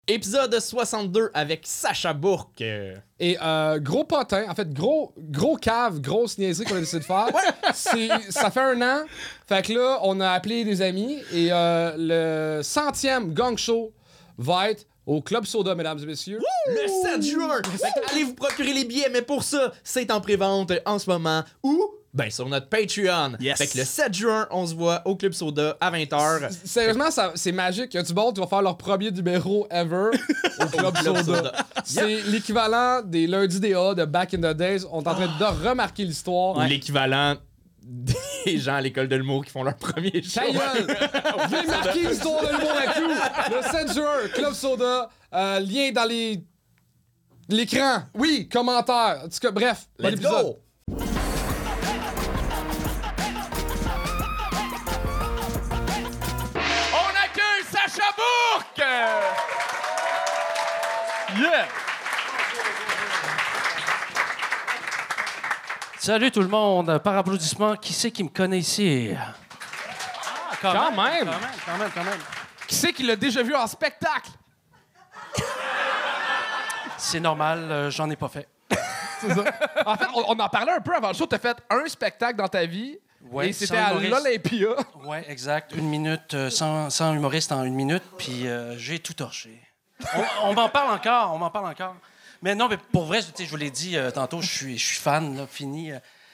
Épisode 62 avec Sacha Bourque. Et gros potin, en fait, gros cave, grosse niaiserie qu'on a décidé de faire. Ça fait 1 an. Fait que là, on a appelé des amis et le 100e gang show va être au Club Soda, mesdames et messieurs. Le 7 juin. Fait que allez vous procurer les billets, mais pour ça, c'est en pré-vente en ce moment ou sur notre Patreon. Yes. Fait que le 7 juin, on se voit au Club Soda à 20h. Sérieusement, c'est magique. Il y a du monde qui va faire leur premier numéro ever au Club Soda. C'est l'équivalent des lundis DA de Back in the Days. On est en train de remarquer l'histoire. Ou l'équivalent des gens à l'école de l'humour qui font leur premier show. Ta gueule! Venez marquer l'histoire de l'humour à Q. Le 7 juin, Club Soda. Lien dans l'écran. Oui, commentaire. En tout cas, bref, bon Let's épisode. go! On accueille Sacha Bourque! Yeah! Salut tout le monde, par applaudissement, qui c'est qui me connaît ici? Quand même. Quand même. Qui c'est qui l'a déjà vu en spectacle? C'est normal, j'en ai pas fait. C'est ça. En fait, on en parlait un peu avant le show. T'as fait un spectacle dans ta vie. Ouais, et c'était sans à humoriste. l'Olympia. Ouais, exact. 1 minute, sans humoriste en 1 minute, puis j'ai tout torché. On m'en parle encore. Mais non, mais pour vrai, je vous l'ai dit tantôt, je suis fan, là, fini.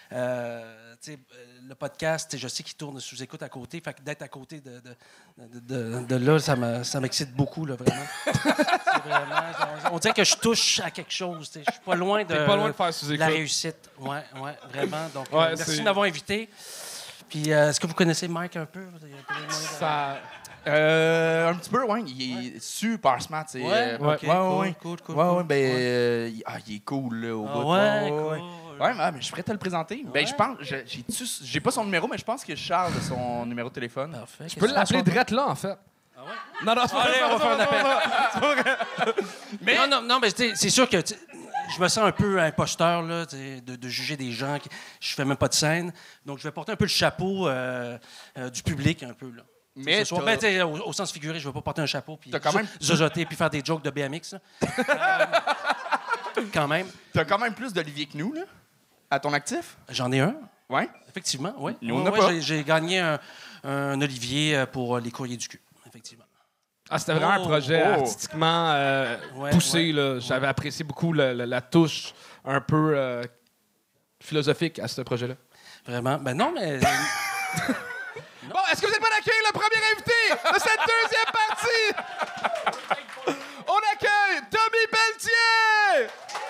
Le podcast, je sais qu'il tourne sous écoute à côté, fait que d'être à côté de là, ça m'excite beaucoup, là, vraiment. C'est vraiment. On dirait que je touche à quelque chose. Je suis pas loin de faire sous écoute. la réussite. Ouais, vraiment. Donc, Ouais, merci de m'avoir invité. Puis, est-ce que vous connaissez Mike un peu? Ça... un petit peu, ouais. Il est super smart. C'est, Ouais, ok, cool. Ouais, ben, il est cool, là, au bout. Ouais. Ouais, mais je pourrais te le présenter. Ben, je pense, j'ai pas son numéro, mais je pense que Charles a son numéro de téléphone. Parfait. Je peux l'appeler drette là, en fait. Non, c'est pas Allez, on va faire un appel. Mais Non, mais c'est sûr que je me sens un peu imposteur là, de juger des gens. Je fais même pas de scène. Donc, je vais porter un peu le chapeau du public, un peu. Là. Mais au sens figuré, je vais pas porter un chapeau puis T'as quand même- zozoter puis faire des jokes de BMX. Là. Quand même. t'as quand même plus d'Olivier que nous, là, à ton actif. J'en ai un, Ouais. effectivement. Oui. Nous, on n'a pas. J'ai gagné un Olivier pour les courriers du cul, effectivement. Ah, c'était vraiment un projet artistiquement poussé. ouais. Là. J'avais apprécié beaucoup la touche un peu philosophique à ce projet-là. Vraiment. Ben non, mais... Bon, est-ce que vous êtes prêts à accueillir le premier invité de cette deuxième partie? On accueille Tommy Pelletier!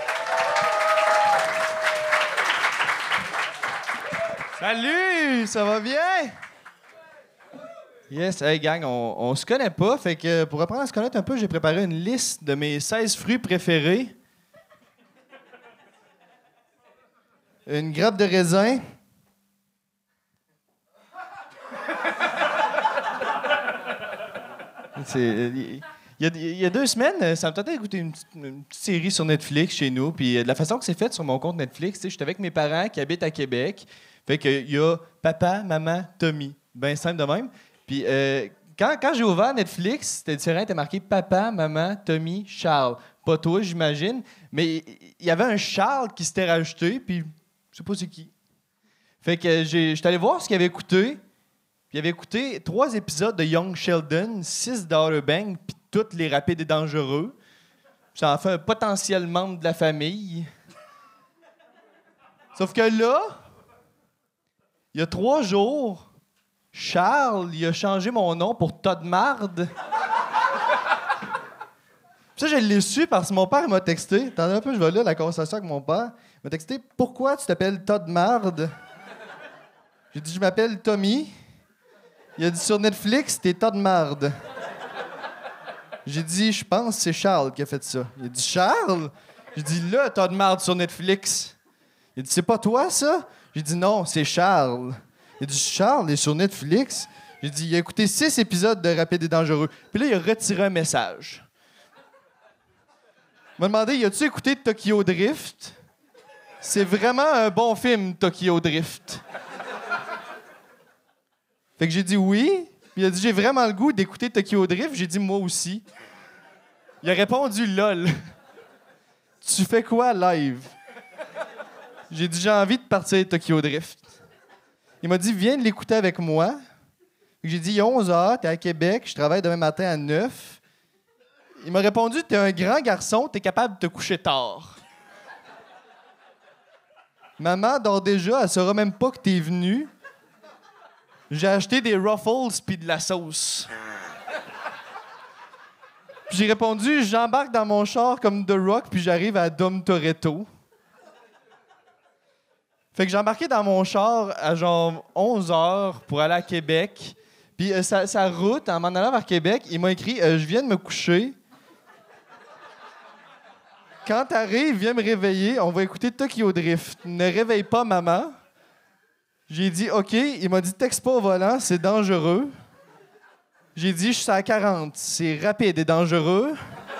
Salut, ça va bien? Yes, hey gang, on se connaît pas, fait que pour apprendre à se connaître un peu, j'ai préparé une liste de mes 16 fruits préférés. Une grappe de raisin. Il y a 2 semaines, ça me tentait d'écouter une petite série sur Netflix chez nous. Puis de la façon que c'est fait sur mon compte Netflix, j'étais avec mes parents qui habitent à Québec. Fait qu'il y a papa, maman, Tommy. Ben simple de même. Puis quand j'ai ouvert Netflix, c'était différent. C'était marqué papa, maman, Tommy, Charles. Pas toi, j'imagine. Mais il y avait un Charles qui s'était rajouté. Puis je sais pas c'est qui. Fait que j'étais allé voir ce qu'il avait écouté. Puis il avait écouté 3 épisodes de Young Sheldon, 6 d'Outer Banks, puis toutes les rapides et dangereux. Ça en fait un potentiel membre de la famille. Sauf que là, il y a 3 jours, Charles, il a changé mon nom pour Todd Marde. Ça, je l'ai su parce que mon père m'a texté. Attendez un peu, je vais là la conversation avec mon père. Il m'a texté « Pourquoi tu t'appelles Todd Marde? » J'ai dit « Je m'appelle Tommy. » Il a dit sur Netflix, t'es Todd Marde. J'ai dit, je pense que c'est Charles qui a fait ça. Il a dit, Charles? J'ai dit, là, Todd Marde sur Netflix. Il a dit, c'est pas toi, ça? J'ai dit, non, c'est Charles. Il a dit, Charles est sur Netflix. J'ai dit, il a écouté 6 épisodes de Rapide et Dangereux. Puis là, il a retiré un message. Il m'a demandé, as-tu écouté Tokyo Drift? C'est vraiment un bon film, Tokyo Drift. Fait que j'ai dit oui. Puis il a dit, j'ai vraiment le goût d'écouter Tokyo Drift. J'ai dit, moi aussi. Il a répondu LOL. Tu fais quoi live? J'ai dit j'ai envie de partir Tokyo Drift. Il m'a dit viens de l'écouter avec moi. J'ai dit il est 11h, t'es à Québec, je travaille demain matin à 9. Il m'a répondu t'es un grand garçon, t'es capable de te coucher tard. Maman dort déjà, elle saura même pas que t'es venu. J'ai acheté des Ruffles puis de la sauce. Puis j'ai répondu, j'embarque dans mon char comme The Rock, puis j'arrive à Dom Toretto. Fait que j'ai embarqué dans mon char à genre 11h pour aller à Québec. Puis sa route, en m'en allant vers Québec, il m'a écrit je viens de me coucher. Quand t'arrives, viens me réveiller, on va écouter Tokyo Drift. Ne réveille pas maman. J'ai dit OK. Il m'a dit texte pas au volant, c'est dangereux. J'ai dit, je suis à 40. C'est rapide et dangereux.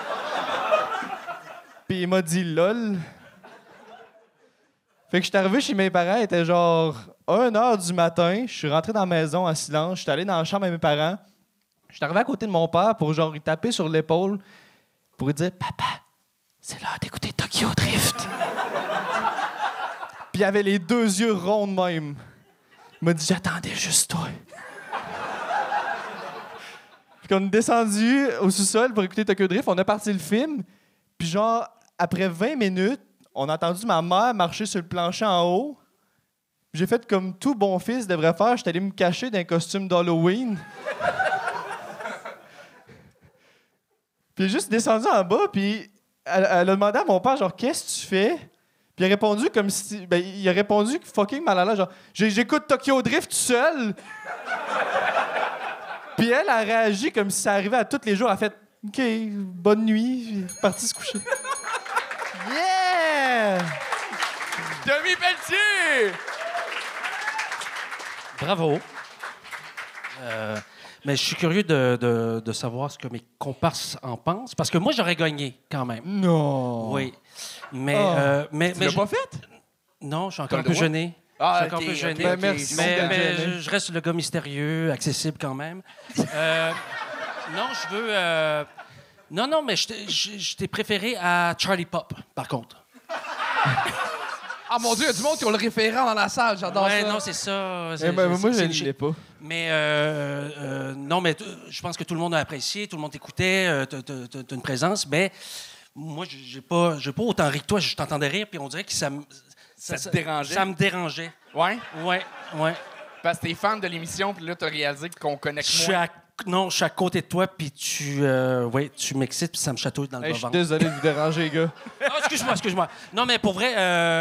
Puis il m'a dit, lol. Fait que je suis arrivé chez mes parents, il était genre 1h du matin. Je suis rentré dans la maison en silence. Je suis allé dans la chambre de mes parents. Je suis arrivé à côté de mon père pour genre lui taper sur l'épaule pour lui dire, papa, c'est l'heure d'écouter Tokyo Drift. Puis il avait les 2 yeux ronds de même. Il m'a dit, j'attendais juste toi. Puis on est descendu au sous-sol pour écouter Tokyo Drift. On a parti le film. Puis genre, après 20 minutes, on a entendu ma mère marcher sur le plancher en haut. J'ai fait comme tout bon fils devrait faire. J'étais allé me cacher dans un costume d'Halloween. Puis il est juste descendu en bas, puis elle a demandé à mon père, genre, qu'est-ce que tu fais? Puis il a répondu comme si... Ben, il a répondu fucking mal à l'aise, genre, j'écoute Tokyo Drift tout seul. Puis elle a réagi comme si ça arrivait à tous les jours. Elle a fait « OK, bonne nuit. » Puis elle est partie se coucher. Yeah! Tommy Pelletier! Bravo. Mais je suis curieux de savoir ce que mes comparses en pensent, parce que moi, j'aurais gagné quand même. Non! Oui. Mais, Oh. Tu l'as pas fait? Non, je suis encore T'as un peu le droit? gêné. Ah, je suis encore un peu ok, gêné. ok, Ben, merci. Mais je reste le gars mystérieux, accessible quand même. Non, je veux... Non, mais je t'ai préféré à Charlie Pop, par contre. Ah mon Dieu, il y a du monde qui ont le référent dans la salle. J'adore Ouais, ça. non, c'est ça. moi, je ne niché. l'ai pas. Mais non, mais je pense que tout le monde a apprécié, tout le monde t'écoutait, t'as une présence, mais moi, j'ai pas autant ri que toi. Je t'entendais rire, puis on dirait que ça te dérangeait? Ça me dérangeait. Ouais? Ouais. Parce que t'es fan de l'émission, puis là, t'as réalisé qu'on connecte Je moins. je suis à côté de toi, puis tu m'excites, puis ça me chatouille dans le Hey, je suis bas-ventre. désolé de vous déranger, les gars. Ah, excuse-moi. Non, mais pour vrai,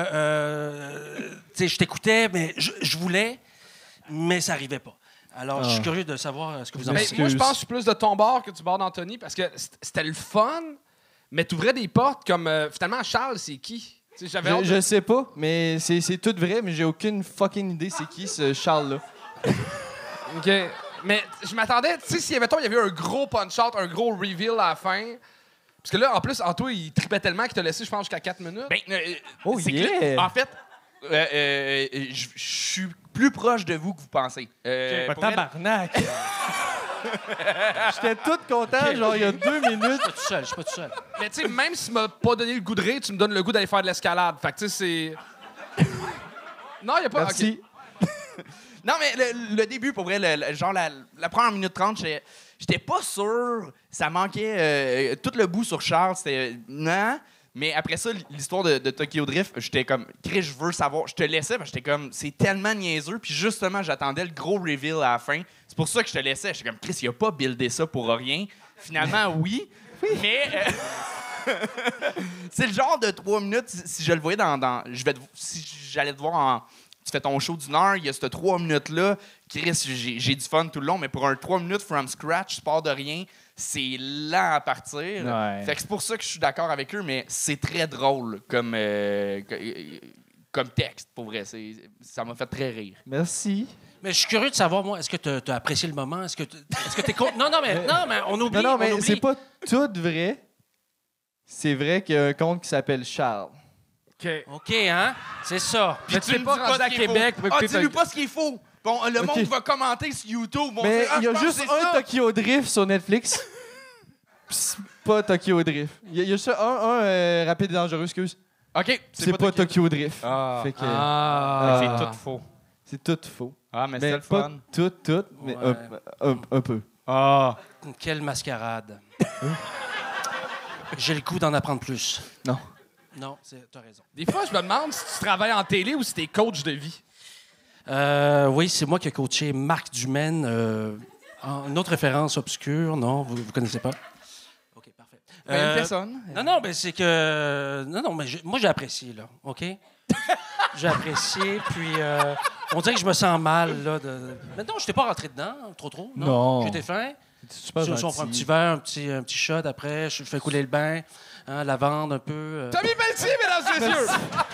tu sais, je t'écoutais, mais je voulais, mais ça arrivait pas. Alors, je suis curieux de savoir ce que vous en Mais pensez. moi, je pense que je suis plus de ton bord que du bord d'Anthony, parce que c'était le fun, mais t'ouvrais des portes comme... finalement, Charles, c'est qui? Tu sais, j'avais hâte de- Je sais pas, mais c'est tout vrai, mais j'ai aucune fucking idée c'est qui ce Charles-là. OK. Mais je m'attendais, tu sais, si, mettons, il y avait un gros punch-out, un gros reveal à la fin. Parce que là, en plus, Anto, il tripait tellement qu'il t'a laissé, je pense, jusqu'à 4 minutes. Ben, Oh, c'est que yeah! là, en fait, je suis plus proche de vous que vous pensez. Pour vrai, Tabarnak! J'étais tout content, genre, il y a 2 minutes. Je suis pas tout seul. Mais tu sais, même si tu m'as pas donné le goût de rire, tu me donnes le goût d'aller faire de l'escalade. Fait que tu sais, c'est... Non, il y a pas... Merci. Non, mais le début, pour vrai, genre la première minute 30, j'étais pas sûr. Ça manquait tout le bout sur Charles. C'était... Non. Mais après ça, l'histoire de Tokyo Drift, j'étais comme, Chris, je veux savoir. Je te laissais, parce que j'étais comme, c'est tellement niaiseux. Puis justement, j'attendais le gros reveal à la fin. C'est pour ça que je te laissais. J'étais comme, Chris, il a pas buildé ça pour rien. Finalement, oui. Mais c'est le genre de 3 minutes, si je le voyais si j'allais te voir en... Tu fais ton show d'1 heure, il y a ces 3 minutes-là. Chris, j'ai du fun tout le long, mais pour un 3 minutes from scratch, tu pars de rien, c'est lent à partir. Ouais. Fait que c'est pour ça que je suis d'accord avec eux, mais c'est très drôle comme texte, pour vrai. Ça m'a fait très rire. Merci. Mais je suis curieux de savoir, moi, est-ce que tu as apprécié le moment? Est-ce que t'es content? Non, mais on oublie. Non, mais on oublie. c'est pas tout vrai. C'est vrai qu'il y a un compte qui s'appelle Charles. OK, hein? C'est ça. Mais tu sais pas me dis rendu à ce qui est Québec faux. pour Ah, écouter dis-lui pas ce qui est faux. Bon, le monde va commenter sur YouTube. Vont Mais dire, il y a je pense juste que c'est un ça. Tokyo Drift sur Netflix. Pis c'est pas Tokyo Drift. Il y a juste un rapide et dangereux, excuse. OK, C'est pas Tokyo Drift. Ah. Fait que, C'est tout faux. c'est tout faux. Ah, mais Mais c'était le pas fun. tout, mais Ouais. un peu. Ah. Quelle mascarade. J'ai le goût d'en apprendre plus. Non. Non, t'as raison. Des fois, je me demande si tu travailles en télé ou si t'es coach de vie. Oui, c'est moi qui ai coaché Marc Dumaine. Une autre référence obscure, non? Vous connaissez pas? OK, parfait. Une personne. Non, mais c'est que... Non, mais moi, j'ai apprécié, là, OK? J'ai apprécié, puis on dirait que je me sens mal, là. Mais non, je t'ai pas rentré dedans, trop, non? Non. J'étais fin. C'est super Si on gentil. prend un petit verre, un petit shot après, je fais couler le bain, hein, lavande un peu. Tommy Pelletier, mesdames et messieurs!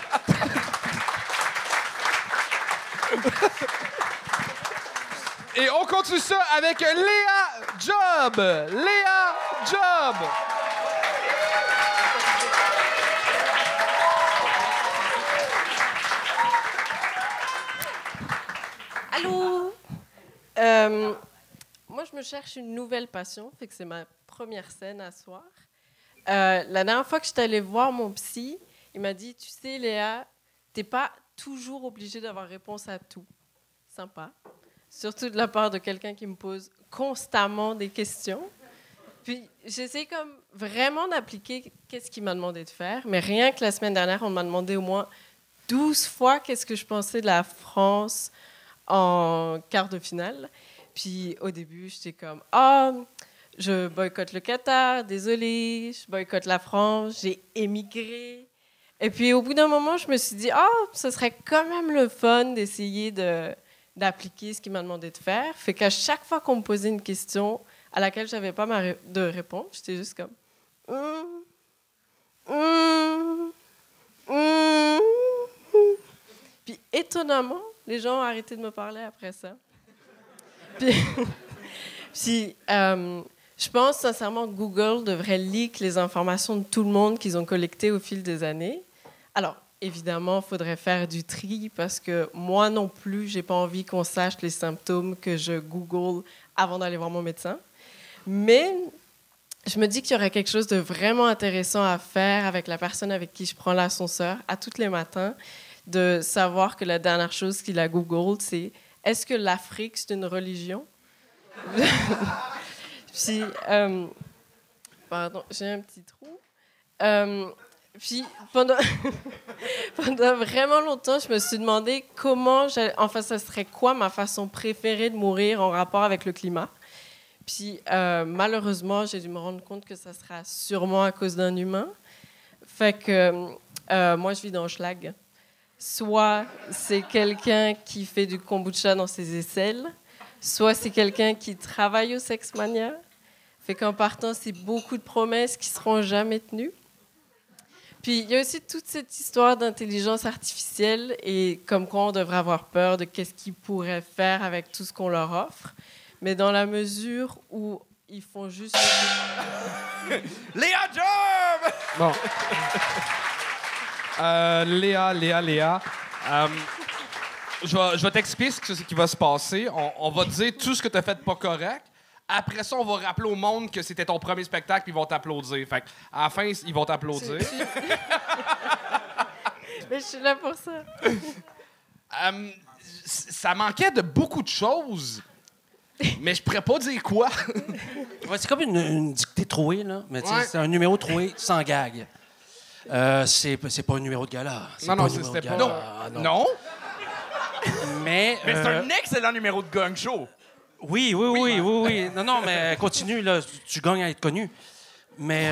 Et on continue ça avec Léa Job! Léa Job! Allô? Moi, je me cherche une nouvelle passion, fait que c'est ma première scène à soir. La dernière fois que j'étais allée voir mon psy, il m'a dit, tu sais, Léa, t'es pas toujours obligée d'avoir réponse à tout. Sympa. Surtout de la part de quelqu'un qui me pose constamment des questions. Puis j'essaie comme vraiment d'appliquer qu'est-ce qu'il m'a demandé de faire, mais rien que la semaine dernière, on m'a demandé au moins 12 fois qu'est-ce que je pensais de la France en quart de finale. Puis au début, j'étais comme « Ah, je boycotte le Qatar, désolée, je boycotte la France, j'ai émigré. » Et puis au bout d'un moment, je me suis dit « Ah, ce serait quand même le fun d'essayer d'appliquer ce qu'il m'a demandé de faire. » Fait qu'à chaque fois qu'on me posait une question à laquelle je n'avais pas de réponse, j'étais juste comme Puis étonnamment, les gens ont arrêté de me parler après ça. Puis, je pense sincèrement que Google devrait leak les informations de tout le monde qu'ils ont collectées au fil des années. Alors, évidemment, il faudrait faire du tri parce que moi non plus, je n'ai pas envie qu'on sache les symptômes que je Google avant d'aller voir mon médecin. Mais je me dis qu'il y aurait quelque chose de vraiment intéressant à faire avec la personne avec qui je prends l'ascenseur à tous les matins, de savoir que la dernière chose qu'il a Google, c'est « Est-ce que l'Afrique, c'est une religion? » Puis, pardon, j'ai un petit trou. Puis, pendant vraiment longtemps, je me suis demandé ça serait quoi ma façon préférée de mourir en rapport avec le climat. Puis, malheureusement, j'ai dû me rendre compte que ça sera sûrement à cause d'un humain. Fait que moi, je vis dans Schlag. Soit c'est quelqu'un qui fait du kombucha dans ses aisselles, soit c'est quelqu'un qui travaille au Sexmania. Fait qu'en partant, c'est beaucoup de promesses qui ne seront jamais tenues. Puis, il y a aussi toute cette histoire d'intelligence artificielle et comme quoi on devrait avoir peur de qu'est-ce qu'ils pourraient faire avec tout ce qu'on leur offre. Mais dans la mesure où ils font juste... Léa Job! Bon. Léa. Je vais t'expliquer ce qui va se passer. On va te dire tout ce que tu as fait de pas correct. Après ça, on va rappeler au monde que c'était ton premier spectacle, puis ils vont t'applaudir. Fait à la fin, ils vont t'applaudir. Mais je suis là pour ça. Ça manquait de beaucoup de choses, mais je pourrais pas dire quoi. Ouais, c'est comme une dictée trouée, là. Mais tu sais, Ouais. c'est un numéro troué sans gag. C'est pas un numéro de gala. Non, numéro c'était de pas- gala. Ah, Non, Mais mais c'est un excellent numéro de gang show. Oui. Non, mais continue, là. Tu gagnes à être connu. Mais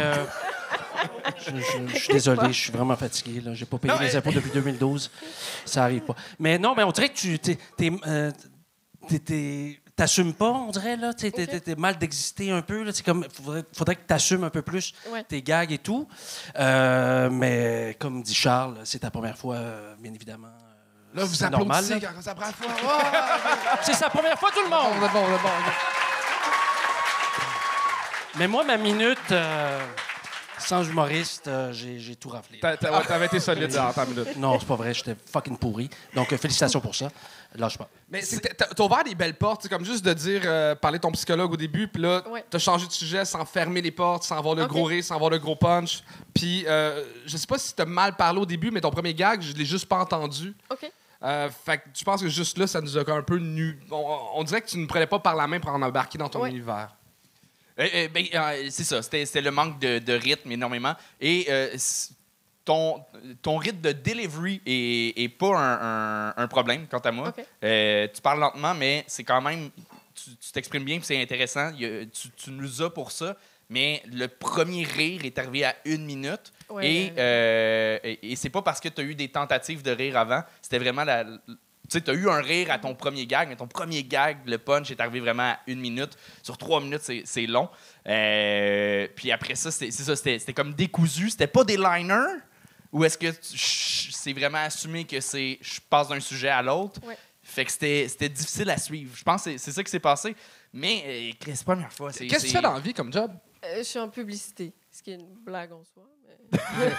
je suis désolé, je suis vraiment fatigué, là. J'ai pas payé mes impôts depuis 2012. Ça arrive pas. Mais non, mais on dirait que t'assumes pas, on dirait, là. T'es mal d'exister un peu, là. C'est comme, faudrait que t'assumes un peu plus tes gags et tout. Mais comme dit Charles, c'est ta première fois, bien évidemment. Là, vous c'est normal, applaudissez là. quand c'est la première fois. C'est sa première fois, tout le monde! On est bon. Mais moi, ma minute, Sans humoriste, j'ai tout raflé. T'avais été solide en temps minute. Non, c'est pas vrai, j'étais fucking pourri. Donc, félicitations pour ça. Lâche pas. Mais t'as ouvert des belles portes, comme juste de dire, parler de ton psychologue au début, puis là, Ouais. t'as changé de sujet sans fermer les portes, sans avoir le gros rire, sans avoir le gros punch. Puis, je sais pas si t'as mal parlé au début, mais ton premier gag, je l'ai juste pas entendu. OK. Fait que je pense que juste là, ça nous a un peu nu. On dirait que tu ne prenais pas par la main pour en embarquer dans ton Ouais. univers. C'est ça, c'était le manque de rythme énormément. Et ton rythme de delivery est pas un problème, quant à moi. OK. Tu parles lentement, mais c'est quand même... Tu t'exprimes bien, puis c'est intéressant. Tu nous as pour ça. Mais le premier rire est arrivé à 1 minute. Ouais. Et c'est pas parce que tu as eu des tentatives de rire avant. C'était vraiment tu sais, tu as eu un rire à ton premier gag, mais ton premier gag, le punch, est arrivé vraiment à 1 minute. Sur 3 minutes, c'est long. Puis après ça, c'était comme décousu. C'était pas des liners. Ou est-ce que c'est vraiment assumé que je passe d'un sujet à l'autre? Ouais. Fait que c'était difficile à suivre. Je pense que c'est ça qui s'est passé. Mais c'est la première fois. Qu'est-ce que tu fais dans la vie comme job? Je suis en publicité, ce qui est une blague en soi. Mais...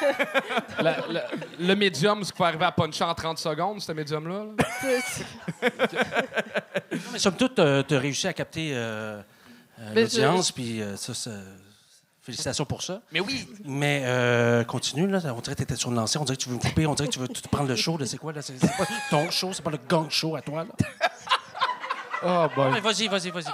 Le médium, ce qui peut arriver à puncher en 30 secondes, ce médium-là? Là? Non, mais somme toute, t'as réussi à capter Mais l'audience, puis félicitations pour ça. Mais oui, Mais continue, là. On dirait que t'étais sur le lancer. On dirait que tu veux me couper. On dirait que tu veux tout prendre le show. Là. C'est quoi, là? C'est pas ton show, c'est pas le gang show à toi, là. Oh, boy. Mais vas-y.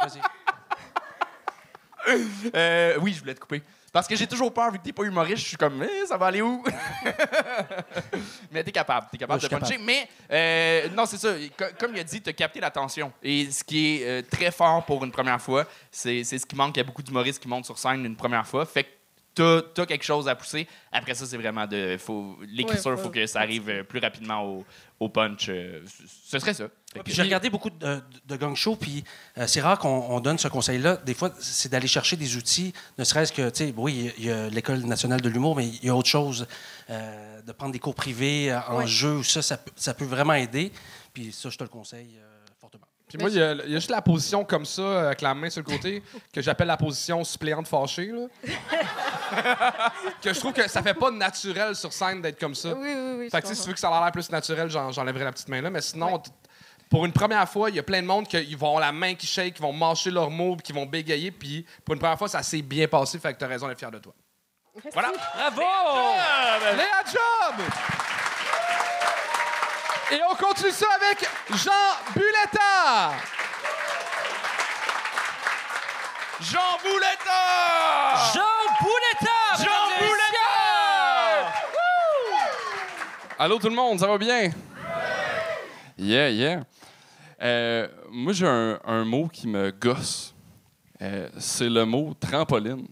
oui, je voulais te couper. Parce que j'ai toujours peur, vu que t'es pas humoriste, je suis comme, ça va aller où? Mais t'es capable Oui, de je suis puncher. Mais non, c'est ça. Comme il a dit, t'as capté l'attention. Et ce qui est très fort pour une première fois, c'est ce qui manque à beaucoup d'humoristes qui montent sur scène une première fois. Fait que t'as quelque chose à pousser. Après ça, c'est vraiment l'écriture, il faut que ça arrive plus rapidement au punch. Ce serait ça. Fait que- Puis j'ai regardé beaucoup de gang show, puis c'est rare qu'on donne ce conseil-là. Des fois, c'est d'aller chercher des outils, ne serait-ce que, tu sais, oui, il y a l'École nationale de l'humour, mais il y a autre chose. De prendre des cours privés en jeu, ça peut vraiment aider. Puis ça, je te le conseille fortement. Puis moi, il y a juste la position comme ça, avec la main sur le côté, que j'appelle la position suppléante fâchée. Là. Que je trouve que ça fait pas naturel sur scène d'être comme ça. Oui. Fait que si tu veux que ça a l'air plus naturel, j'enlèverai la petite main là. Mais sinon, pour une première fois, il y a plein de monde qui vont avoir la main qui shake, qui vont mâcher leurs mots, qui vont bégayer. Puis pour une première fois, ça s'est bien passé. Fait que t'as raison d'être fier de toi. Voilà. Bravo! Léa Job! Et on continue ça avec Jean Buletta! Jean Bouletta! Jean Bouletta! Allô tout le monde, ça va bien? Yeah. Moi, j'ai un mot qui me gosse. C'est le mot trampoline.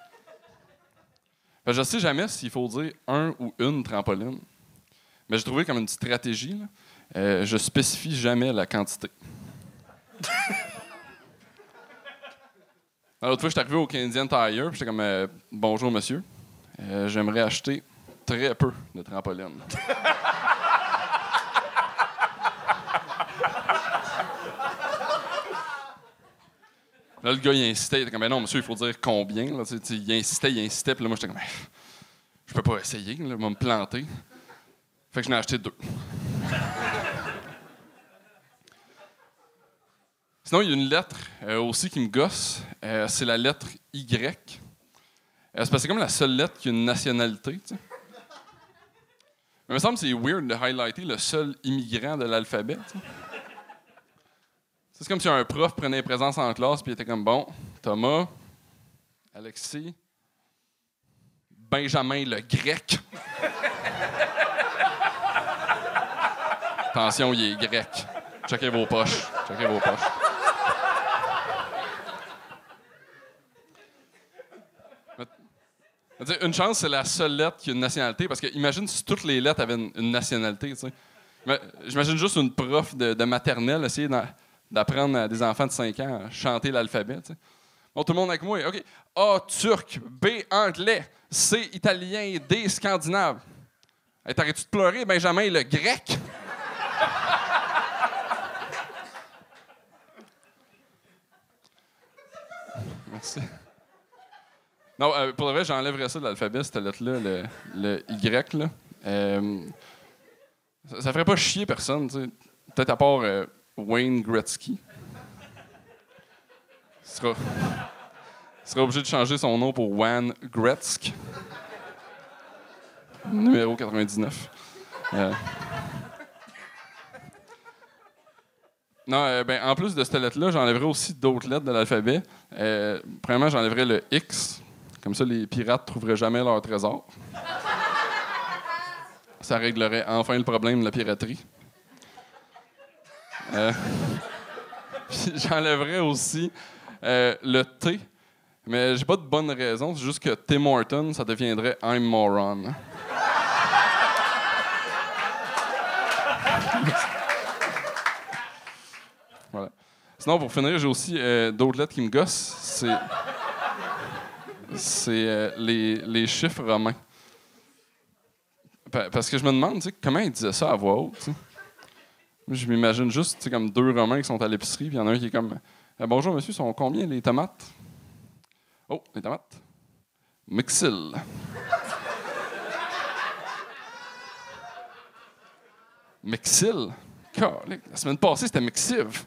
Je sais jamais s'il faut dire un ou une trampoline. Mais j'ai trouvé comme une petite stratégie. Là. Je spécifie jamais la quantité. L'autre fois, je suis arrivé au Canadian Tire, puis j'étais comme bonjour monsieur, j'aimerais acheter très peu de trampolines. Là, le gars, il insistait. Il était comme, non, monsieur, il faut dire combien. Là, il insistait. Puis là, moi, j'étais comme, je peux pas essayer, là, il va me planter. Fait que j'en ai acheté 2. Sinon, il y a une lettre aussi qui me gosse. C'est la lettre Y. C'est parce que c'est comme la seule lettre qui a une nationalité. T'sais. Mais il me semble que c'est weird de highlighter le seul immigrant de l'alphabet. T'sais. C'est comme si un prof prenait présence en classe puis il était comme, bon, Thomas, Alexis, Benjamin le grec. Attention, il est grec. Checkez vos poches. Une chance, c'est la seule lettre qui a une nationalité, parce que imagine si toutes les lettres avaient une nationalité. T'sais. J'imagine juste une prof de maternelle essayer d'apprendre à des enfants de 5 ans à chanter l'alphabet. T'sais. Bon, tout le monde avec moi. OK. A, turc. B, anglais. C, italien. D, scandinave. Hey, t'arrêtes-tu de pleurer, Benjamin, le grec? Merci. Non, pour le vrai, j'enlèverais ça de l'alphabet, cette lettre-là, le Y. Là. Ça ferait pas chier personne, tu sais. Peut-être à part Wayne Gretzky. Il sera obligé de changer son nom pour Wayne Gretzky. Numéro 99. Non, ben, en plus de cette lettre-là, j'enlèverais aussi d'autres lettres de l'alphabet. Premièrement, j'enlèverais le X. Comme ça, les pirates ne trouveraient jamais leur trésor. Ça réglerait enfin le problème de la piraterie. Puis j'enlèverais aussi le T. Mais j'ai pas de bonne raison. C'est juste que Tim Horton, ça deviendrait I'm Moron. Voilà. Sinon, pour finir, j'ai aussi d'autres lettres qui me gossent. C'est les chiffres romains. Parce que je me demande, tu sais, comment ils disaient ça à voix haute. T'sais. Moi, je m'imagine juste, tu sais, comme deux Romains qui sont à l'épicerie, puis il y en a un qui est comme bonjour, monsieur, sont combien les tomates? Oh, les tomates? Mixil. Mixil? Calique, la semaine passée, c'était Mixiv.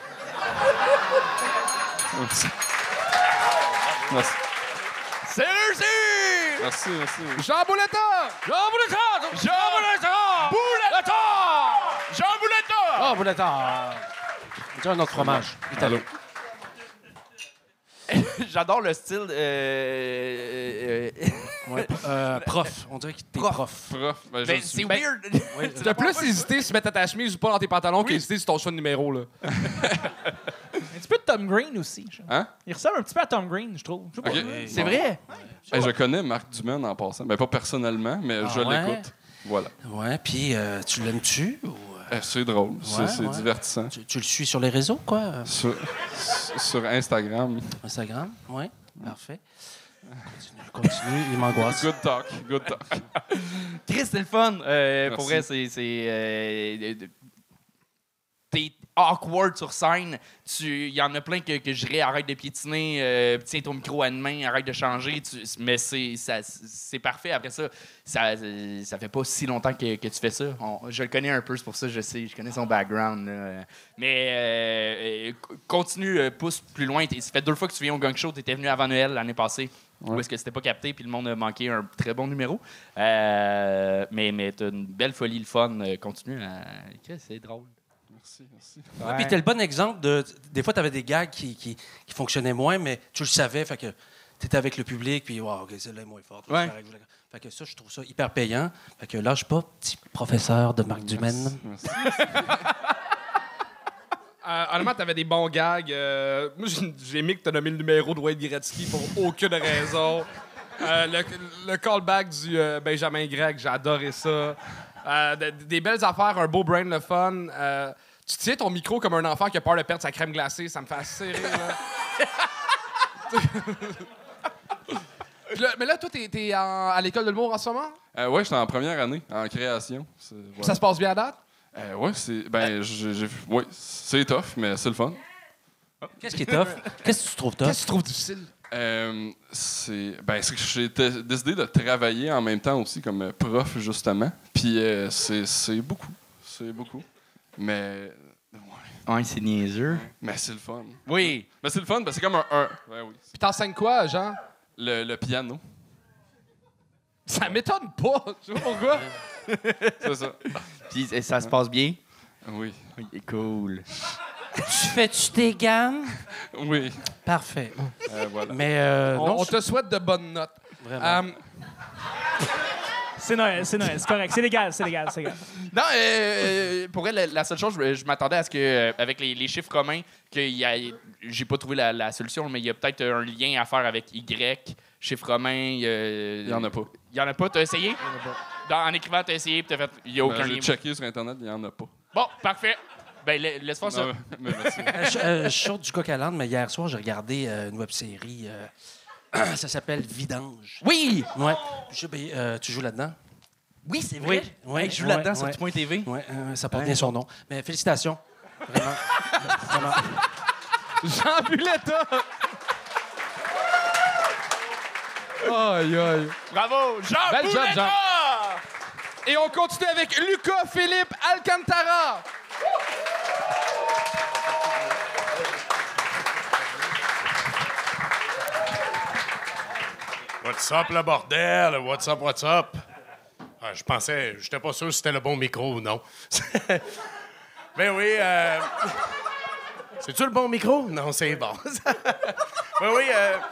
Merci. Merci. C'est réussi! Merci. Jean Bouletta! Jean Bouletta! Jean Bouletta! Ah, Bouletta! C'est un autre fromage. Italo. J'adore le style. Ouais, prof. On dirait que t'es prof. Prof. Ben, Ben, je c'est suis- weird. Tu as plus hésité se mettre à ta chemise ou pas dans tes pantalons qu'hésiter sur ton choix de numéro, là. Un petit peu de Tom Green aussi. Hein? Il ressemble un petit peu à Tom Green, je trouve. Je sais pas. OK. C'est vrai. Hey, je connais Marc Dumaine en passant. Ben, pas personnellement, mais je ouais? l'écoute. Voilà. Ouais, puis tu l'aimes-tu? Ou, C'est drôle. Ouais, C'est ouais. divertissant. tu le suis sur les réseaux, quoi? Sur Instagram. Instagram? Oui, parfait. Continue, il m'angoisse. Good talk. Good talk. Chris, c'est le fun. Pour vrai, t'es awkward sur scène. Il y en a plein que je dirais arrête de piétiner, tiens ton micro à une main, arrête de changer. Mais c'est parfait. Après ça, ça fait pas si longtemps que tu fais ça. Je le connais un peu, c'est pour ça que je connais son background. Là. Mais continue, pousse plus loin. Ça fait 2 fois que tu viens au Gang Show. Tu étais venu avant Noël l'année passée. Ouais. Où est-ce que c'était pas capté, puis le monde a manqué un très bon numéro. Mais t'as une belle folie, le fun. Continue. C'est drôle. Merci. Ouais. Puis t'es le bon exemple de. Des fois, t'avais des gags qui fonctionnaient moins, mais tu le savais, fait que t'étais avec le public, puis wow, OK, celle-là est moins forte. Ouais. Fait que ça, je trouve ça hyper payant. Fait que lâche pas, petit professeur de Marc Dumaine. Merci. Honnêtement, t'avais des bons gags. Moi, j'ai aimé que t'as nommé le numéro de Wayne Gretzky pour aucune raison. Le callback du Benjamin Gregg, j'ai adoré ça. Des belles affaires, un beau brain, le fun. Tu tiens ton micro comme un enfant qui a peur de perdre sa crème glacée. Ça me fait assez rire, là. Puis là, mais là, toi, t'es à l'école de l'humour en ce moment? Ouais, j'étais en première année, en création. Voilà. Ça se passe bien à date? Ouais, c'est. Ben, ouais, c'est tough, mais c'est le fun. Qu'est-ce qui est tough? Qu'est-ce que tu trouves tough? Qu'est-ce que tu trouves difficile? C'est que j'ai décidé de travailler en même temps aussi comme prof, justement. Puis c'est beaucoup. C'est beaucoup. Mais. Ouais, c'est niaiseux. Mais c'est le fun. Oui. Mais c'est le fun, c'est comme un. Ouais, oui. Puis t'enseignes quoi, Jean? Le piano. Ça m'étonne pas. Je sais pas pourquoi. C'est ça. Puis ça se passe bien? Oui. Oui, cool. Tu fais-tu tes gammes? Oui. Parfait. Voilà. Mais non, On te souhaite de bonnes notes. vraiment. C'est Noël, c'est correct. C'est légal. Non, pour vrai, la seule chose, je m'attendais à ce que, avec les chiffres romains, j'ai pas trouvé la solution, mais il y a peut-être un lien à faire avec Y, chiffres romains. Il y en a pas. Il y en a pas, t'as essayé? En écrivant, t'as essayé, puis t'as fait. Il y a aucun lien. J'ai checké sur Internet, il y en a pas. Bon, parfait. Ben, laisse faire ça. Non, mais merci. Je saute du coq à l'âne, mais hier soir, j'ai regardé une web-série. Ça s'appelle Vidange. Oui! Ouais. Tu joues là-dedans? Oui, c'est vrai. Oui. Je joue là-dedans sur Point TV. Oui, ça porte bien son nom. Mais félicitations. Vraiment. Vraiment. Jean Buletta! Aïe, aïe. Bravo, Jean Bel job, Bouletta! Jean. Et on continue avec Lucas Philippe Alcantara. What's up, le bordel? What's up, what's up? Ah, j'étais pas sûr si c'était le bon micro ou non. Ben oui, c'est-tu le bon micro? Non, c'est bon. Ben oui,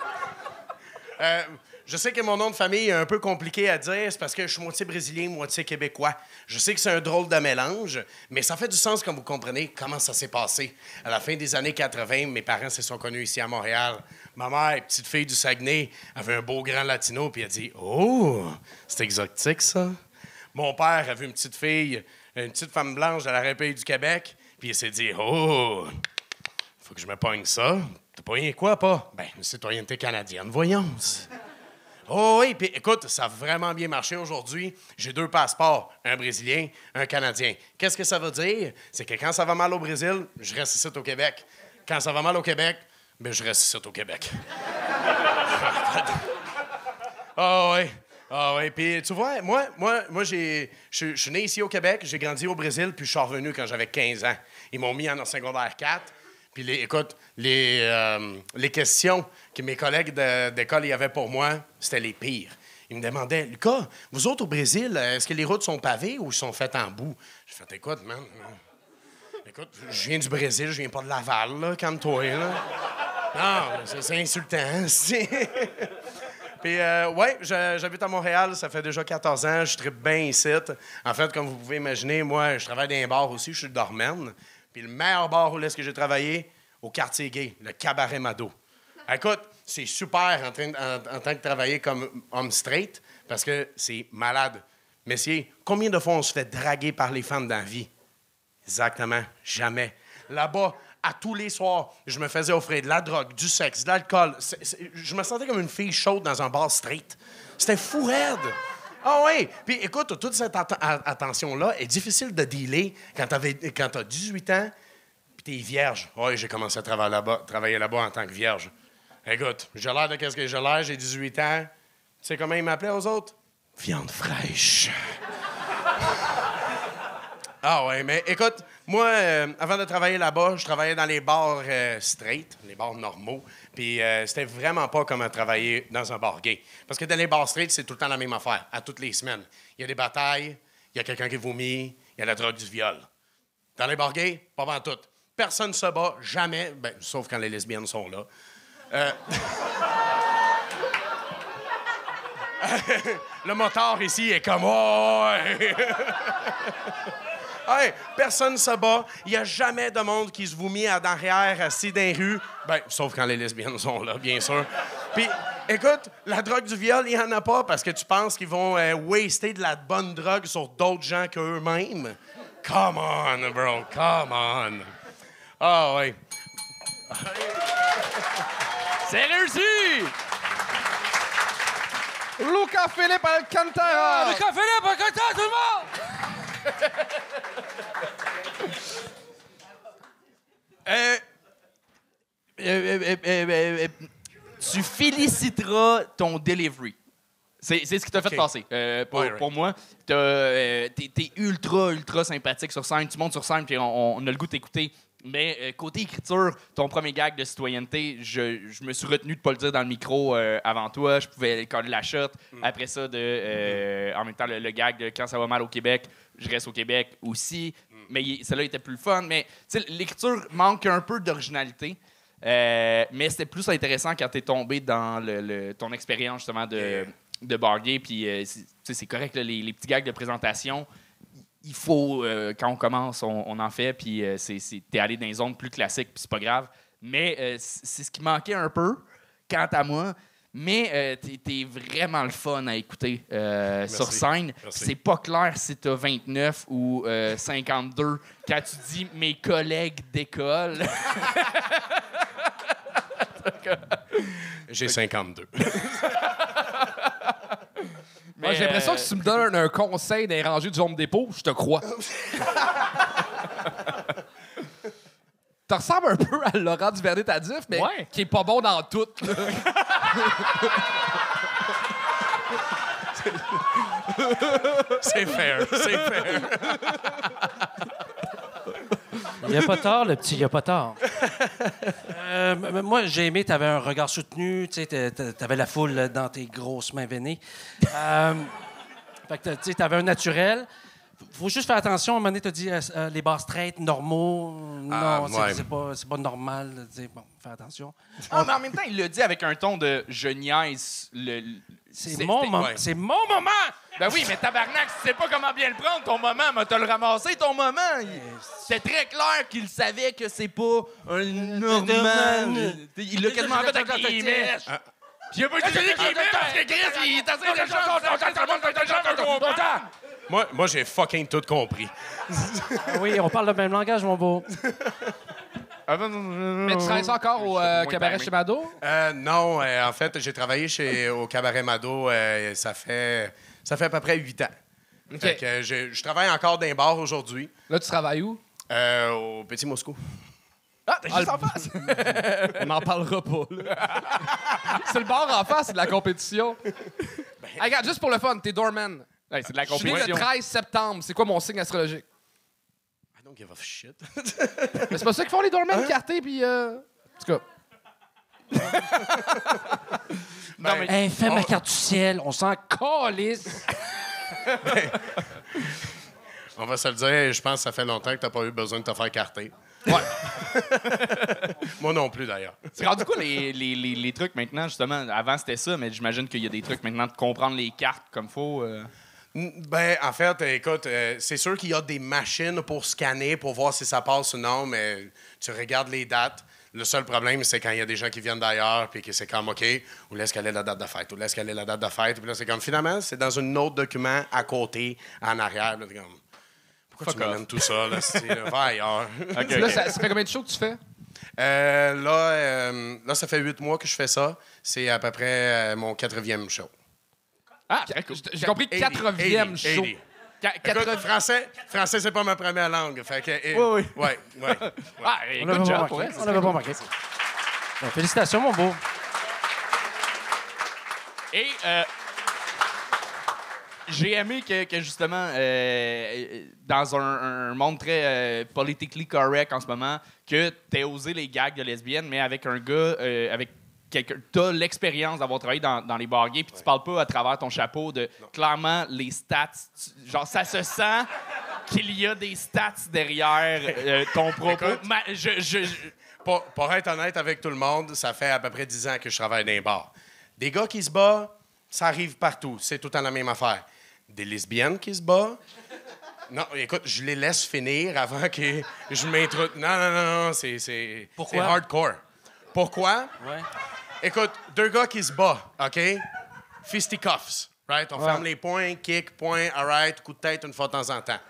je sais que mon nom de famille est un peu compliqué à dire, c'est parce que je suis moitié brésilien, moitié québécois. Je sais que c'est un drôle de mélange, mais ça fait du sens quand vous comprenez comment ça s'est passé. À la fin des années 80, mes parents se sont connus ici à Montréal. Ma mère, petite fille du Saguenay, avait un beau grand latino, puis elle a dit « Oh, c'est exotique, ça! » Mon père a vu une petite fille, une petite femme blanche de la République du Québec, puis il s'est dit « Oh, faut que je me pogne ça. » T'as pogné quoi, pas? Ben, une citoyenneté canadienne, voyons. Oh oui, puis écoute, ça a vraiment bien marché aujourd'hui. J'ai 2 passeports, un Brésilien, un Canadien. Qu'est-ce que ça veut dire? C'est que quand ça va mal au Brésil, je reste ici au Québec. Quand ça va mal au Québec, ben je reste ici au Québec. Ah oui. Ah oui, puis tu vois, moi je suis né ici au Québec, j'ai grandi au Brésil, puis je suis revenu quand j'avais 15 ans. Ils m'ont mis en secondaire 4. Puis écoute, les questions que mes collègues d'école y avaient pour moi, c'était les pires. Ils me demandaient, « Lucas, vous autres au Brésil, est-ce que les routes sont pavées ou sont faites en boue? » J'ai fait, « Écoute, man, écoute, je viens du Brésil, je viens pas de Laval, là, calme-toi, là. » Non, c'est insultant. Puis, ouais, j'habite à Montréal, ça fait déjà 14 ans, je tripe bien ici. En fait, comme vous pouvez imaginer, moi, je travaille dans un bar aussi, je suis le doorman. Puis le meilleur bar où est-ce que j'ai travaillé, au quartier gay, le Cabaret Mado. Écoute, c'est super en tant que travailler comme homme straight, parce que c'est malade. Messieurs, combien de fois on se fait draguer par les femmes dans la vie? Exactement, jamais. Là-bas, à tous les soirs, je me faisais offrir de la drogue, du sexe, de l'alcool. Je me sentais comme une fille chaude dans un bar straight. C'était fou raide. Ah oui! Puis écoute, toute cette attention-là est difficile de dealer quand t'as 18 ans puis t'es vierge. Oui, j'ai commencé à travailler là-bas en tant que vierge. Écoute, j'ai l'air de qu'est-ce que j'ai l'air, j'ai 18 ans. Tu sais comment ils m'appelaient aux autres? Viande fraîche. Ah ouais, mais écoute, moi, avant de travailler là-bas, je travaillais dans les bars straight, les bars normaux. Puis c'était vraiment pas comme travailler dans un bar gay. Parce que dans les bars straight, c'est tout le temps la même affaire, à toutes les semaines. Il y a des batailles, il y a quelqu'un qui vomit, il y a la drogue du viol. Dans les bars gays, pas avant tout. Personne ne se bat, jamais, ben, sauf quand les lesbiennes sont là. Le motard ici est comme... Oh! Hey, personne ne se bat. Il n'y a jamais de monde qui se vomit à derrière, assis dans les rues. Ben, sauf quand les lesbiennes sont là, bien sûr. Puis, écoute, la drogue du viol, il n'y en a pas parce que tu penses qu'ils vont waster de la bonne drogue sur d'autres gens qu'eux-mêmes. Come on, bro, come on. Ah, oui. C'est réussi! Lucas Philippe Alcantara! Lucas Philippe Alcantara, tout le monde! Tu féliciteras ton delivery. C'est ce qui t'a fait passer. Pour moi, t'es ultra sympathique sur scène. Tu montes sur scène, puis on a le goût de t'écouter. Mais côté écriture, ton premier gag de citoyenneté, je me suis retenu de pas le dire dans le micro avant toi. Je pouvais coller la shot. Après ça, en même temps, le gag de quand ça va mal au Québec, je reste au Québec aussi. Mais celle-là était plus le fun. Mais l'écriture manque un peu d'originalité. Mais c'était plus intéressant quand t'es tombé dans ton expérience justement de bar gay. Puis c'est correct, là, les petits gags de présentation. Il faut, quand on commence, on en fait, puis t'es allé dans des zones plus classiques, puis c'est pas grave. Mais c'est ce qui manquait un peu, quant à moi. Mais t'es vraiment le fun à écouter sur scène. Merci. C'est pas clair si t'as 29 ou 52 quand tu dis « mes collègues d'école ». J'ai 52. Moi, j'ai l'impression que si tu me donnes un conseil d'un rangé du Home Depot, je te crois. Tu ressembles un peu à Laurent Duvernay-Tardif, mais Ouais. qui est pas bon dans tout. là. C'est fair, c'est fair. Il a pas tort, le petit, il a pas tort. Moi, j'ai aimé, t'avais un regard soutenu, tu sais, t'avais la foule dans tes grosses mains veinées. Fait que, tu sais, t'avais un naturel. Faut juste faire attention. À un moment donné, t'as dit les bars straight, normaux. Non, ouais. c'est pas normal. Tu sais, bon, fais attention. Ah, mais en même temps, il le dit avec un ton de je niaise. C'est mon moment. ouais. C'est mon moment! Ben oui, mais tabarnak, si tu sais pas comment bien le prendre, ton moment, mais t'as le ramassé, ton moment. C'est très clair qu'il savait que c'est pas un normal. Il l'a quasiment fait avec les guillemets. Puis il a pas dit qu'il aimait parce que Chris, il est assez Moi, j'ai fucking tout compris. Oui, on parle le même langage, mon beau. Mais tu travailles encore au cabaret chez Mado? Non, en fait, j'ai travaillé au Cabaret Mado, ça fait à peu près 8 ans. OK. Fait que je travaille encore dans un bar aujourd'hui, Là, tu travailles où? au Petit Moscou. Ah, t'es juste en face. On n'en parlera pas, là. C'est le bar en face, c'est de la compétition. Hey, regarde, juste pour le fun, t'es doorman. Ouais, c'est de la Je suis né le compétition. 13 septembre. C'est quoi mon signe astrologique? I don't give a shit. Mais c'est pas ça qu'ils font les doormen cartés, puis... En tout cas... Hey, fais ma carte du ciel, on s'en calisse. On va se le dire, je pense que ça fait longtemps que t'as pas eu besoin de te faire carter. Ouais. Moi non plus, d'ailleurs. C'est rendu quoi les trucs maintenant, justement? Avant, c'était ça, mais j'imagine qu'il y a des trucs maintenant de comprendre les cartes comme faut. Ben, en fait, écoute, c'est sûr qu'il y a des machines pour scanner, pour voir si ça passe ou non, mais tu regardes les dates. Le seul problème, c'est quand il y a des gens qui viennent d'ailleurs, puis que c'est comme, OK, où laisse qu'elle est la date de fête, où laisse qu'elle est la date de fête. Puis là, c'est comme, finalement, c'est dans un autre document à côté, en arrière. Là, t'es comme, pourquoi tu m'amènes tout ça, là, va ailleurs. Là, ça fait combien de shows que tu fais? Là, ça fait 8 mois que je fais ça. C'est à peu près mon 4e show. Ah, très cool. J'ai compris 4e show. 80. Écoute, français, c'est pas ma première langue. Fait que, Oui. Ouais. Ah, good job pour elle. On l'avait pas remarqué. Bon, félicitations, mon beau. Et j'ai aimé que justement, dans un monde très politically correct en ce moment, que t'aies osé les gags de lesbiennes, mais avec un gars, avec quelqu'un, t'as l'expérience d'avoir travaillé dans les bars gays, puis tu parles pas à travers ton chapeau de clairement les stats. Genre, ça se sent qu'il y a des stats derrière ton propos. Écoute, pour être honnête avec tout le monde, ça fait à peu près 10 ans que je travaille dans les bars. Des gars qui se battent, ça arrive partout. C'est tout le temps la même affaire. Des lesbiennes qui se battent. Non, écoute, je les laisse finir avant que je m'introduise. Non, c'est Pourquoi? C'est hardcore. Pourquoi? Ouais. Écoute, 2 gars qui se battent, OK? Fisticuffs, right? On ferme les poings, kick, point, all right, coup de tête une fois de temps en temps.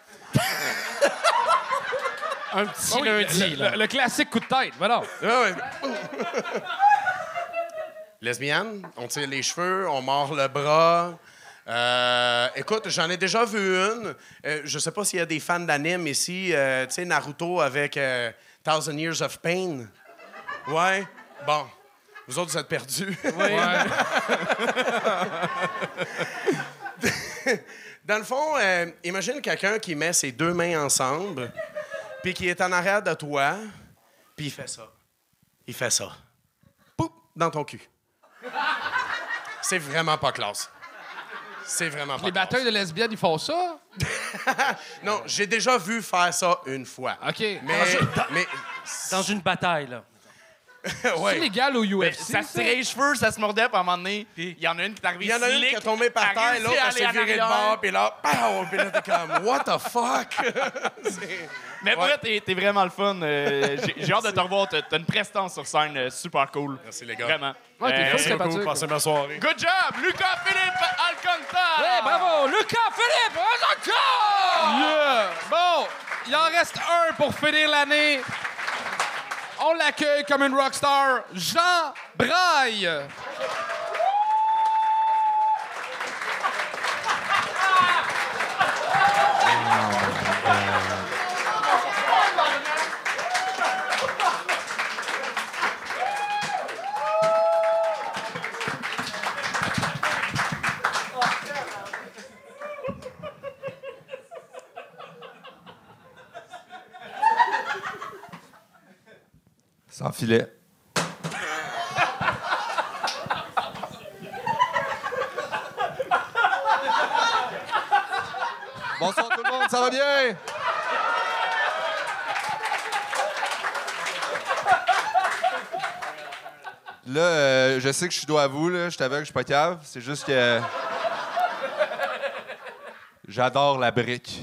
Un petit lundi, là. Le classique coup de tête, voilà. Ouais. Lesbienne, on tire les cheveux, on mord le bras. Écoute, j'en ai déjà vu une. Je sais pas s'il y a des fans d'anime ici. Tu sais, Naruto avec 1000 Years of Pain. Ouais. Bon. Vous autres, vous êtes perdus. Oui. Dans le fond, imagine quelqu'un qui met ses 2 mains ensemble, puis qui est en arrière de toi, puis il fait ça. Il fait ça. Poup! Dans ton cul. C'est vraiment pas classe. C'est vraiment pas Les classe. batteurs de lesbiennes, ils font ça? Non, j'ai déjà vu faire ça une fois. OK. Mais Dans une bataille, là. C'est ouais. légal au UFC, Ça se tirait les cheveux, ça se mordait, puis à un moment donné, il y en a une qui est arrivée Il y en a une qui est tombée par terre, l'autre, elle s'est virée de bord, puis là, pow! Puis là, t'es comme, what the fuck? Mais pour vrai, t'es vraiment le fun. J'ai hâte de te revoir. T'as une prestance sur scène super cool. Merci, les gars. Vraiment. Ouais, t'es Merci sympathique. beaucoup. Passez ma soirée. Good job, Lucas Philippe Alcantara! Ouais, bravo! Lucas Philippe Alcantara! Yeah! Bon, il en reste un pour finir l'année. On l'accueille comme une rockstar, Jean Braille. Sans filet. Bonsoir tout le monde, ça va bien? Là, je sais que je suis dos à vous, là. Je suis aveugle, je suis pas cave. C'est juste que... J'adore la brique.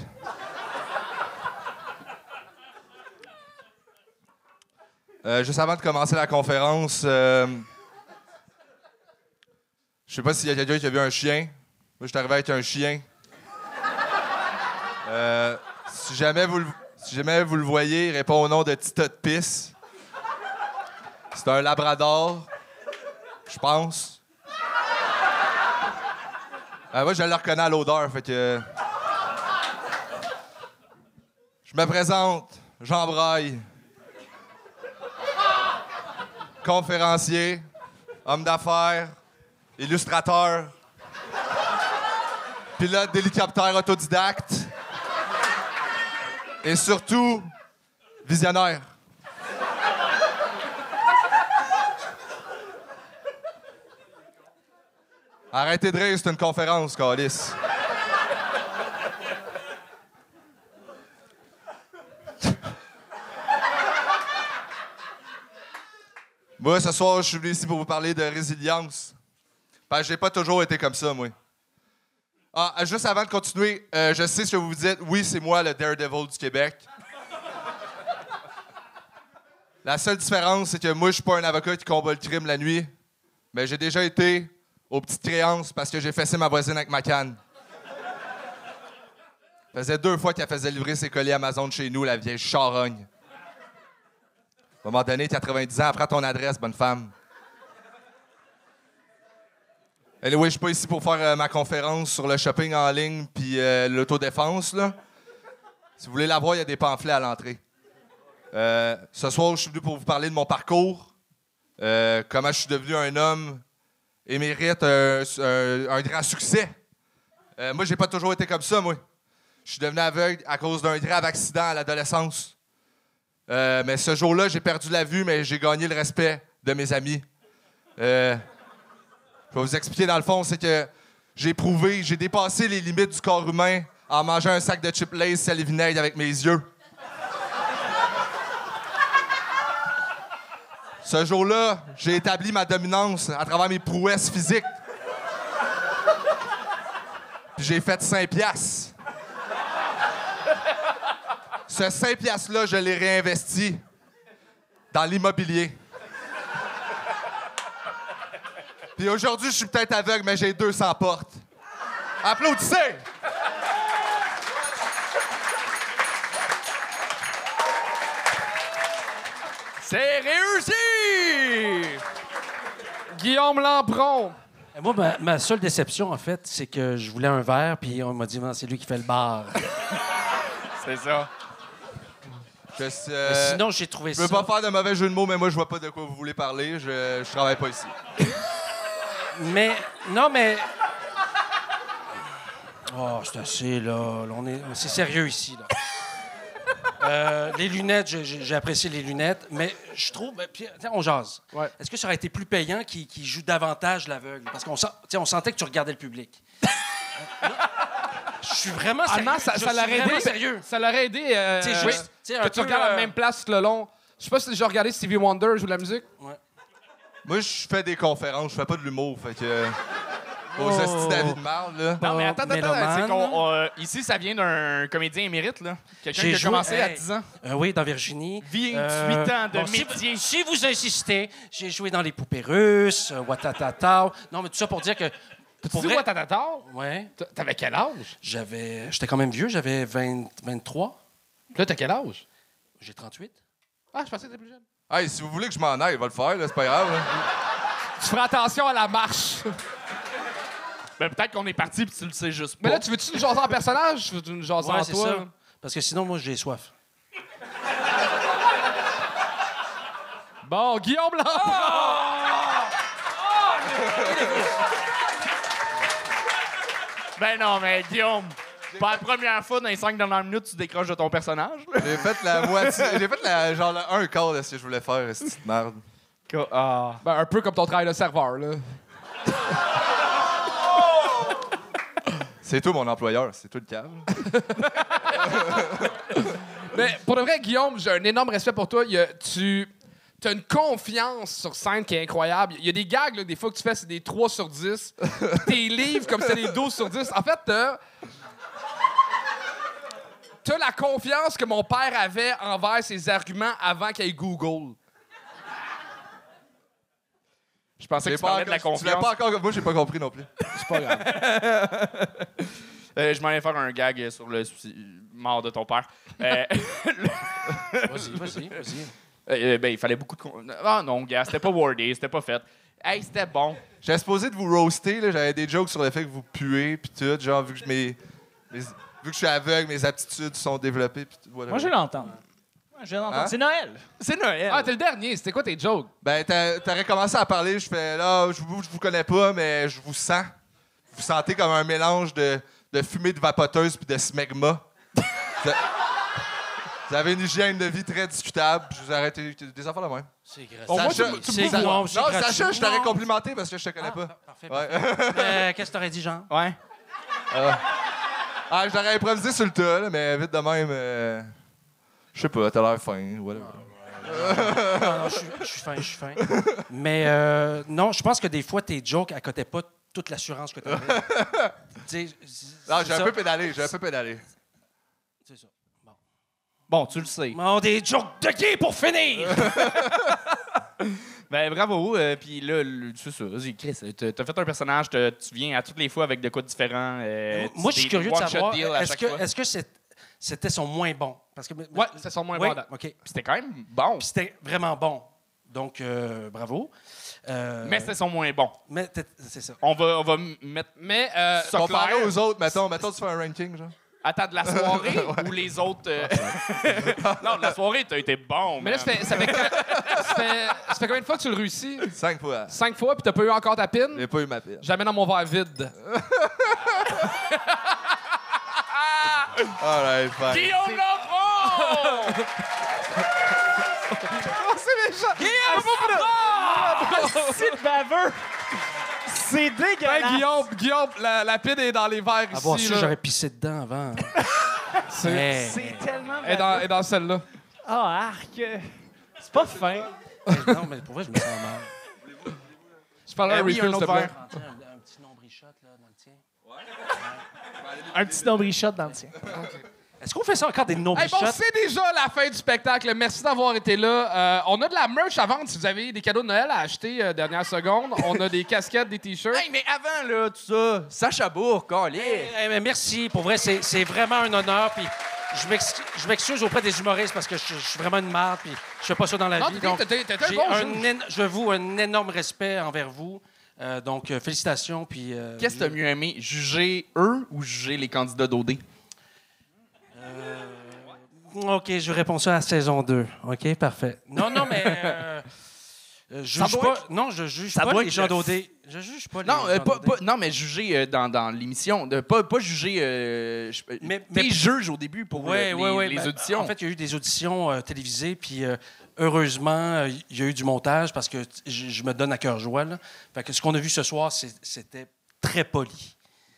Juste avant de commencer la conférence, je sais pas s'il y a quelqu'un qui a vu un chien. Moi, je suis arrivé avec un chien. Si jamais vous le voyez, il répond au nom de Tita de Pisse. C'est un labrador, je pense. Moi, je le reconnais à l'odeur, fait que... Je me présente, Jean Braille. Conférencier, homme d'affaires, illustrateur, pilote d'hélicoptère autodidacte et surtout visionnaire. Arrêtez de rire, c'est une conférence, câlisse. Moi, ce soir, je suis venu ici pour vous parler de résilience. Parce que j'ai pas toujours été comme ça, moi. Ah, juste avant de continuer, je sais ce que vous vous dites. Oui, c'est moi, le Daredevil du Québec. La seule différence, c'est que moi, je suis pas un avocat qui combat le crime la nuit. Mais j'ai déjà été aux petites créances parce que j'ai fessé ma voisine avec ma canne. Ça faisait 2 fois qu'elle faisait livrer ses colis Amazon chez nous, la vieille charogne. À un moment donné, 90 ans, prends ton adresse, bonne femme. Anyway, je suis pas ici pour faire ma conférence sur le shopping en ligne puis l'autodéfense, là. Si vous voulez la voir, il y a des pamphlets à l'entrée. Ce soir, je suis venu pour vous parler de mon parcours, comment je suis devenu un homme et mérite un grand succès. Moi, j'ai pas toujours été comme ça, moi. Je suis devenu aveugle à cause d'un grave accident à l'adolescence. Mais ce jour-là, j'ai perdu la vue, mais j'ai gagné le respect de mes amis. Je vais vous expliquer, dans le fond, c'est que j'ai dépassé les limites du corps humain en mangeant un sac de chips Lay's sel et vinaigre avec mes yeux. Ce jour-là, j'ai établi ma dominance à travers mes prouesses physiques. Puis j'ai fait 5 piastres. Ce 5 piastres-là, je l'ai réinvesti dans l'immobilier. Puis aujourd'hui, je suis peut-être aveugle, mais j'ai 200 portes. Applaudissez! C'est réussi! Guillaume Lampron. Moi, ma seule déception, en fait, c'est que je voulais un verre, puis on m'a dit, non, c'est lui qui fait le bar. C'est ça. Mais sinon, j'ai trouvé Je ça... veux pas faire de mauvais jeu de mots, mais moi, je vois pas de quoi vous voulez parler. Je travaille pas ici. Non, mais... Oh, c'est assez, là. C'est sérieux, ici, là. Les lunettes, j'ai apprécié les lunettes, mais je trouve... Puis, on jase. Ouais. Est-ce que ça aurait été plus payant qu'il joue davantage l'aveugle? Parce qu'on sentait que tu regardais le public. Je suis vraiment sérieux. Ça l'aurait aidé. Sérieux. Ça l'aurait aidé que tu regardes la même place tout le long. Je sais pas si tu as déjà regardé Stevie Wonder jouer de la musique. Ouais. Moi, je fais des conférences, je fais pas de l'humour, fait que... Aux hosties David Marle, là. Non, mais attends, mélomane. c'est qu'on... ici, ça vient d'un comédien émérite, là. Quelqu'un qui a commencé à 10 ans. Oui, dans Virginie. 28 ans de métier. Si vous insistez, j'ai joué dans Les Poupées Russes, Watatata. Non, mais tout ça pour dire que... Pour vrai, Watatata? Ouais. T'avais quel âge? J'étais quand même vieux, j'avais 23. Là, t'as quel âge? J'ai 38. Ah, je pensais que t'étais plus jeune. Hey, si vous voulez que je m'en aille, il va le faire, là, c'est pas grave, là. Tu feras attention à la marche. Ben, peut-être qu'on est parti puis tu le sais juste pas. Mais là, tu veux-tu nous jaser en personnage? Tu veux nous jaser en c'est toi? ça. Parce que sinon, moi, j'ai soif. Bon, Guillaume Lampron! Ben non, mais Guillaume, Pas la première fois dans les 5 dernières minutes, tu décroches de ton personnage. Là. J'ai fait la moitié. J'ai fait genre le un quart de ce que je voulais faire, cette petite merde. Ah. Ben, un peu comme ton travail de serveur, là. C'est toi mon employeur, c'est toi le cave. Mais pour de vrai, Guillaume, j'ai un énorme respect pour toi. Tu as une confiance sur scène qui est incroyable. Il y a des gags, là, des fois que tu fais, c'est des 3 sur 10. Tes livres, comme c'est des 12 sur 10. En fait, t'as la confiance que mon père avait envers ses arguments avant qu'il y ait Google. Je pensais que tu Pas parlais de la encore- tu l'as confiance. pas encore. Moi, j'ai pas compris non plus. C'est pas grave. Je m'en vais faire un gag sur le mort de ton père. Vas-y. Ben, il fallait beaucoup de... Ah non, gars, c'était pas wordé, c'était pas fait. Hey, c'était bon. J'étais supposé de vous roaster, là. J'avais des jokes sur le fait que vous puez, puis tout. Genre, vu que je suis aveugle, mes aptitudes sont développées, puis tout. Voilà. Moi, je vais l'entendre. Hein? C'est Noël. C'est Noël. Ah, t'es le dernier. C'était quoi tes jokes? Ben, t'aurais commencé à parler, je fais là, je vous connais pas, mais je vous sens. Vous sentez comme un mélange de fumée de vapoteuse puis de smegma. Vous avez une hygiène de vie très discutable. Je vous ai arrêté des affaires de même. C'est gratuit. Bon, moi, Sacha, c'est non, non, c'est gratuit. Sacha, je t'aurais Non. complimenté parce que je te connais pas. Parfait. Ouais. Qu'est-ce que t'aurais dit, Jean? Ouais. Ah, je l'aurais improvisé sur le tas, là, mais vite de même. Je sais pas, t'as l'air fin. Whatever. Non, je suis fin. Mais non, je pense que des fois, tes jokes accotaient pas toute l'assurance que t'avais. Non, j'ai un peu pédalé. C'est ça. Bon, tu le sais. Bon, des jokes de gay pour finir! Ben, bravo. Puis là, c'est ça. Vas-y, Chris, t'as fait un personnage, tu viens à toutes les fois avec de quoi de différent. Moi, je suis curieux de one-shot savoir, deal à chaque fois. est-ce que c'était son moins bon? Parce que, Ouais, c'est son moins oui, bon. à date. OK. Puis c'était quand même bon. Puis c'était vraiment bon. Donc, bravo. Mais c'était son moins bon. Mais c'est ça. On va mettre... Mais, ça Comparé clair. aux autres, mettons, tu fais un ranking, genre. Attends, de la soirée ou les autres... Non, de la soirée, t'as été bon. mais là, man. ça fait combien de fois que tu le réussis? 5 fois. 5 fois, puis t'as pas eu encore ta pine? J'ai pas eu ma pile. Jamais dans mon verre vide. Alright, fine. Guillaume Lafont! C'est le baveux. C'est dégueulasse. Hey, Guillaume, la pine est dans les verres ici. Avoir su, là. j'aurais pissé dedans avant. C'est C'est tellement est baveux. dans celle-là. Ah, arc. C'est pas fin. Non, mais pour vrai, je me sens mal. Je parle un oui, refill, un s'il te autre plaît. verre. Un petit nombril shot là, dans le tien. Un petit nombril shot dans le tien. Est-ce qu'on fait ça encore des nombril Hey, bon, shots? c'est déjà la fin du spectacle. Merci d'avoir été là. On a de la merch à vendre si vous avez des cadeaux de Noël à acheter dernière seconde. On a des casquettes, des t-shirts. Hey, mais avant, là, tout ça, Sacha Bourque, allez. Mais merci. Pour vrai, c'est vraiment un honneur. Puis je m'excuse auprès des humoristes parce que je suis vraiment une marde. Puis je fais pas ça dans la Non, vie. t'es Donc, un j'ai bon juge. je voue un énorme respect envers vous. Donc, félicitations. Puis, Qu'est-ce que t'as mieux aimé, juger eux ou juger les candidats d'OD? OK, je réponds ça à la saison 2. OK, parfait. Non, mais... je juge pas. Non, je juge ça pas doit les être gens le- d'OD. Je juge pas les Non, gens d'OD. non, mais juger dans l'émission. Pas juger. Mais- T'es juge au début pour Oui. les Ben, auditions. En fait, il y a eu des auditions télévisées, puis heureusement, il y a eu du montage parce que je me donne à cœur joie. Là. Fait que ce qu'on a vu ce soir, c'était très poli.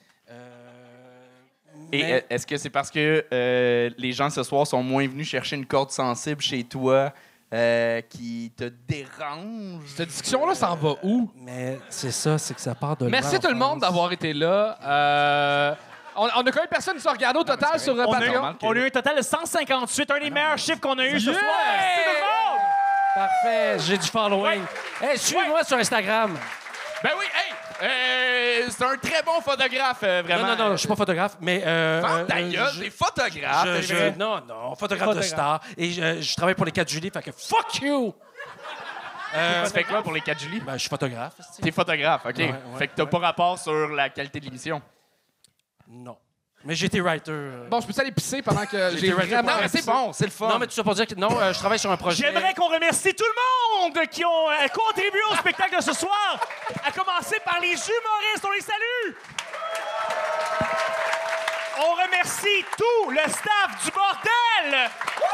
Et mais- est-ce que c'est parce que les gens ce soir sont moins venus chercher une corde sensible chez toi qui te dérange? Cette discussion-là s'en va où? Mais c'est ça, c'est que ça part de Merci tout le monde d'avoir été là. On a combien de personnes qui sont regardées au total sur On a, Patreon? on a eu un total de 158, un des meilleurs chiffres qu'on a eu ce soir. Merci tout le monde! Parfait, j'ai du following. Hey, suivez-moi sur Instagram. Ben oui, c'est un très bon photographe, vraiment. Non, je suis pas photographe, mais... Ferme ta gueule, t'es photographe. Non, photographe de star. Et je travaille pour les 4 juillet, fait que fuck you! Tu fais quoi pour les 4 juillet? Ben, je suis photographe. c'est-tu? T'es photographe, OK. Ouais, Fait que t'as pas rapport sur la qualité de l'émission. Non. Mais j'ai été writer. Bon, je peux aller pisser pendant que j'ai été writer vraiment... Non, mais c'est bon, c'est le fun. Non, mais tout ça pour dire que non, je travaille sur un projet. J'aimerais qu'on remercie tout le monde qui ont contribué au spectacle de ce soir, à commencer par les humoristes. On les salue! on remercie tout le staff du bordel.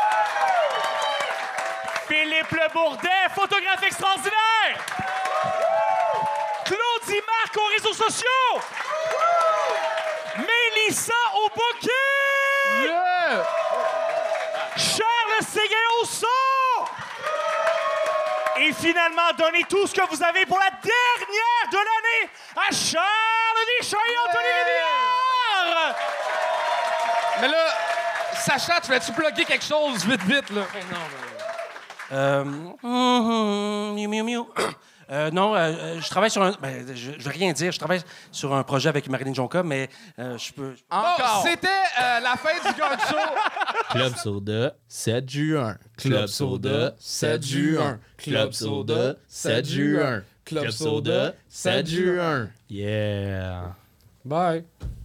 Philippe Le Bourdet, photographe extraordinaire. Claudie Marc aux réseaux sociaux. Mélissa au booking. Yeah! Charles Séguin au son. Et finalement, donnez tout ce que vous avez pour la dernière de l'année à Charles Deschamps et Anthony Révillard. Mais là, Sacha, tu vas-tu plugger quelque chose vite, là? Miou, miou, miou. Non, je travaille sur un... Ben, je vais rien dire. Je travaille sur un projet avec Marilyn Jonca, mais je peux... Bon, c'était la fin du Gang Show. Club Soda, 7 juin. Club Soda, 7 juin. Club Soda, 7 juin. Club Soda, 7 juin. Yeah. Bye.